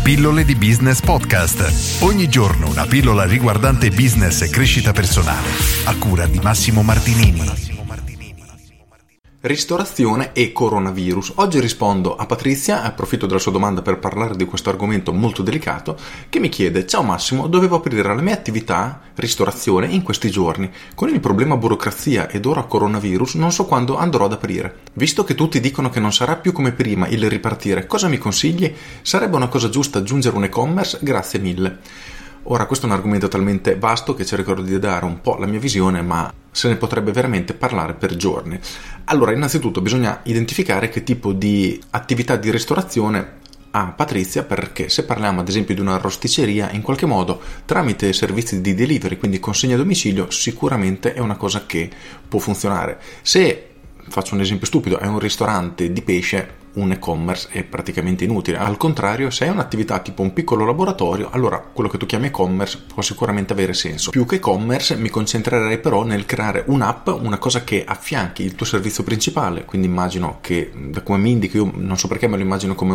Pillole di Business Podcast. Ogni giorno una pillola riguardante business e crescita personale. A cura di Massimo Martinini. Ristorazione e coronavirus. Oggi rispondo a Patrizia, approfitto della sua domanda per parlare di questo argomento molto delicato, che mi chiede: ciao Massimo, dovevo aprire la mia attività ristorazione in questi giorni. Con il problema burocrazia ed ora coronavirus non so quando andrò ad aprire. Visto che tutti dicono che non sarà più come prima il ripartire, cosa mi consigli? Sarebbe una cosa giusta aggiungere un e-commerce? Grazie mille. Ora, questo è un argomento talmente vasto che cercherò di dare un po' la mia visione, ma se ne potrebbe veramente parlare per giorni. Allora, innanzitutto bisogna identificare che tipo di attività di ristorazione ha Patrizia, perché se parliamo ad esempio di una rosticceria, in qualche modo tramite servizi di delivery, quindi consegna a domicilio, sicuramente è una cosa che può funzionare. Se, faccio un esempio stupido, è un ristorante di pesce, un e-commerce è praticamente inutile. Al contrario, se è un'attività tipo un piccolo laboratorio, allora quello che tu chiami e-commerce può sicuramente avere senso. Più che e-commerce mi concentrerei però nel creare un'app, una cosa che affianchi il tuo servizio principale. Quindi immagino che, da come mi indichi, io non so perché me lo immagino come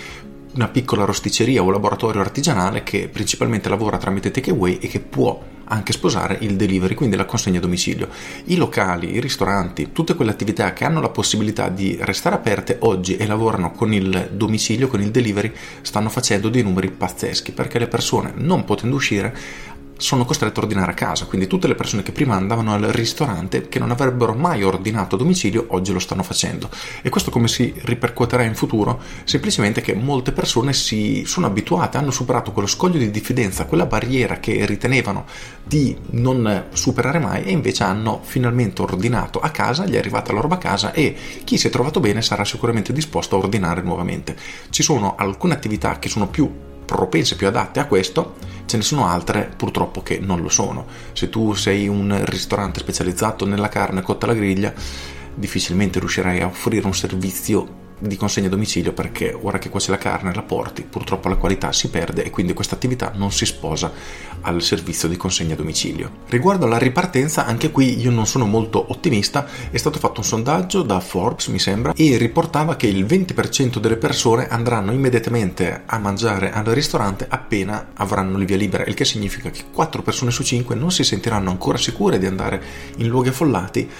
una piccola rosticceria o laboratorio artigianale che principalmente lavora tramite takeaway e che può anche sposare il delivery, quindi la consegna a domicilio. I locali, i ristoranti, tutte quelle attività che hanno la possibilità di restare aperte oggi e lavorano con il domicilio, con il delivery, stanno facendo dei numeri pazzeschi, perché le persone, non potendo uscire, sono costrette a ordinare a casa. Quindi tutte le persone che prima andavano al ristorante, che non avrebbero mai ordinato a domicilio, oggi lo stanno facendo. E questo come si ripercuoterà in futuro? Semplicemente che molte persone si sono abituate, hanno superato quello scoglio di diffidenza, quella barriera che ritenevano di non superare mai, e invece hanno finalmente ordinato a casa, gli è arrivata la roba a casa e chi si è trovato bene sarà sicuramente disposto a ordinare nuovamente. Ci sono alcune attività che sono più propense, più adatte a questo, ce ne sono altre purtroppo che non lo sono. Se tu sei un ristorante specializzato nella carne cotta alla griglia, difficilmente riuscirai a offrire un servizio di consegna a domicilio, perché ora che cuoci la carne e la porti, purtroppo la qualità si perde e quindi questa attività non si sposa al servizio di consegna a domicilio. Riguardo alla ripartenza, anche qui io non sono molto ottimista. È stato fatto un sondaggio da Forbes, mi sembra, e riportava che il 20% delle persone andranno immediatamente a mangiare al ristorante appena avranno il via libera, il che significa che 4 persone su 5 non si sentiranno ancora sicure di andare in luoghi affollati,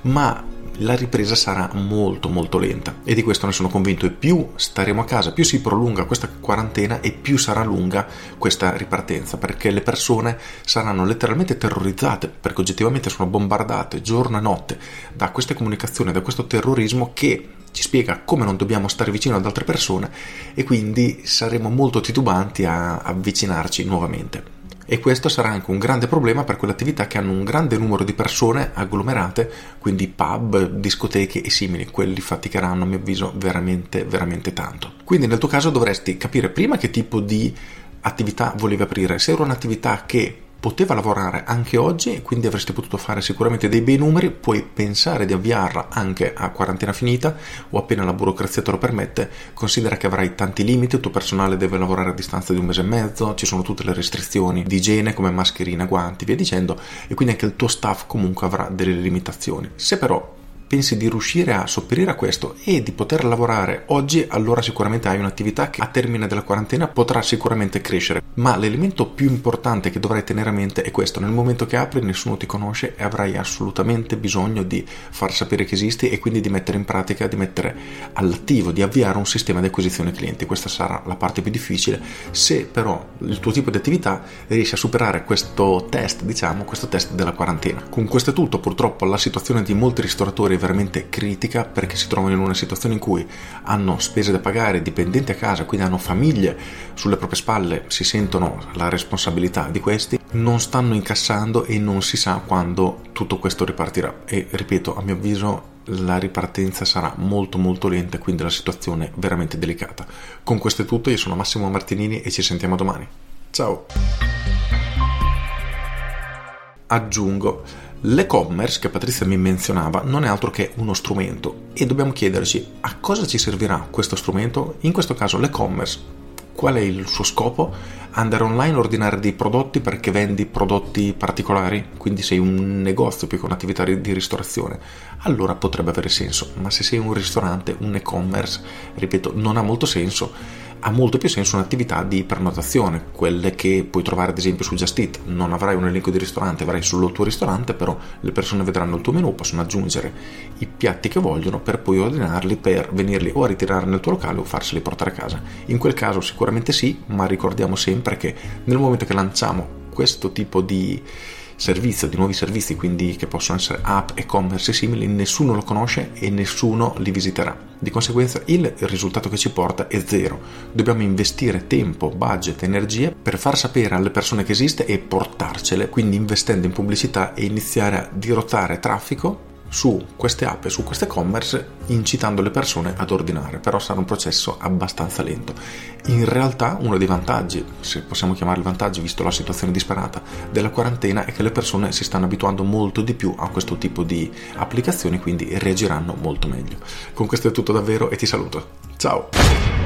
ma la ripresa sarà molto molto lenta, e di questo ne sono convinto. E più staremo a casa, più si prolunga questa quarantena e più sarà lunga questa ripartenza, perché le persone saranno letteralmente terrorizzate, perché oggettivamente sono bombardate giorno e notte da queste comunicazioni, da questo terrorismo che ci spiega come non dobbiamo stare vicino ad altre persone, e quindi saremo molto titubanti a avvicinarci nuovamente. E questo sarà anche un grande problema per quelle attività che hanno un grande numero di persone agglomerate, quindi pub, discoteche e simili. Quelli faticheranno, a mio avviso, veramente, veramente tanto. Quindi nel tuo caso dovresti capire prima che tipo di attività volevi aprire. Se era un'attività che poteva lavorare anche oggi e quindi avresti potuto fare sicuramente dei bei numeri, puoi pensare di avviarla anche a quarantena finita o appena la burocrazia te lo permette. Considera che avrai tanti limiti, il tuo personale deve lavorare a distanza di 1 mese e mezzo, ci sono tutte le restrizioni di igiene come mascherine, guanti, via dicendo, e quindi anche il tuo staff comunque avrà delle limitazioni. Se però pensi di riuscire a sopperire a questo e di poter lavorare oggi, allora sicuramente hai un'attività che a termine della quarantena potrà sicuramente crescere. Ma l'elemento più importante che dovrai tenere a mente è questo: nel momento che apri nessuno ti conosce e avrai assolutamente bisogno di far sapere che esisti e quindi di mettere in pratica, di mettere all'attivo, di avviare un sistema di acquisizione clienti. Questa sarà la parte più difficile. Se però il tuo tipo di attività riesce a superare questo test, questo test della quarantena. Con questo è tutto. Purtroppo la situazione di molti ristoratori veramente critica, perché si trovano in una situazione in cui hanno spese da pagare, dipendenti a casa, quindi hanno famiglie sulle proprie spalle, si sentono la responsabilità di questi, non stanno incassando e non si sa quando tutto questo ripartirà. E ripeto, a mio avviso la ripartenza sarà molto molto lenta, quindi la situazione è veramente delicata. Con questo è tutto, io sono Massimo Martinini e ci sentiamo domani. Ciao! Aggiungo, l'e-commerce che Patrizia mi menzionava non è altro che uno strumento, e dobbiamo chiederci a cosa ci servirà questo strumento. In questo caso l'e-commerce, qual è il suo scopo? Andare online, ordinare dei prodotti perché vendi prodotti particolari, quindi sei un negozio più che un'attività di ristorazione, allora potrebbe avere senso. Ma se sei un ristorante, un e-commerce, ripeto, non ha molto senso. Ha molto più senso un'attività di prenotazione, quelle che puoi trovare ad esempio su Just Eat. Non avrai un elenco di ristoranti, avrai solo il tuo ristorante, però le persone vedranno il tuo menù, possono aggiungere i piatti che vogliono per poi ordinarli, per venirli o a ritirare nel tuo locale o farseli portare a casa. In quel caso sicuramente sì, ma ricordiamo sempre che nel momento che lanciamo questo tipo di servizio, di nuovi servizi, quindi che possono essere app, e-commerce e simili, nessuno lo conosce e nessuno li visiterà. Di conseguenza il risultato che ci porta è zero. Dobbiamo investire tempo, budget, energie per far sapere alle persone che esiste e portarcele, quindi investendo in pubblicità e iniziare a dirottare traffico su queste app e su queste e-commerce, incitando le persone ad ordinare. Però sarà un processo abbastanza lento. In realtà uno dei vantaggi, se possiamo chiamarli vantaggi visto la situazione disperata della quarantena, è che le persone si stanno abituando molto di più a questo tipo di applicazioni, quindi reagiranno molto meglio. Con questo è tutto davvero e ti saluto. Ciao!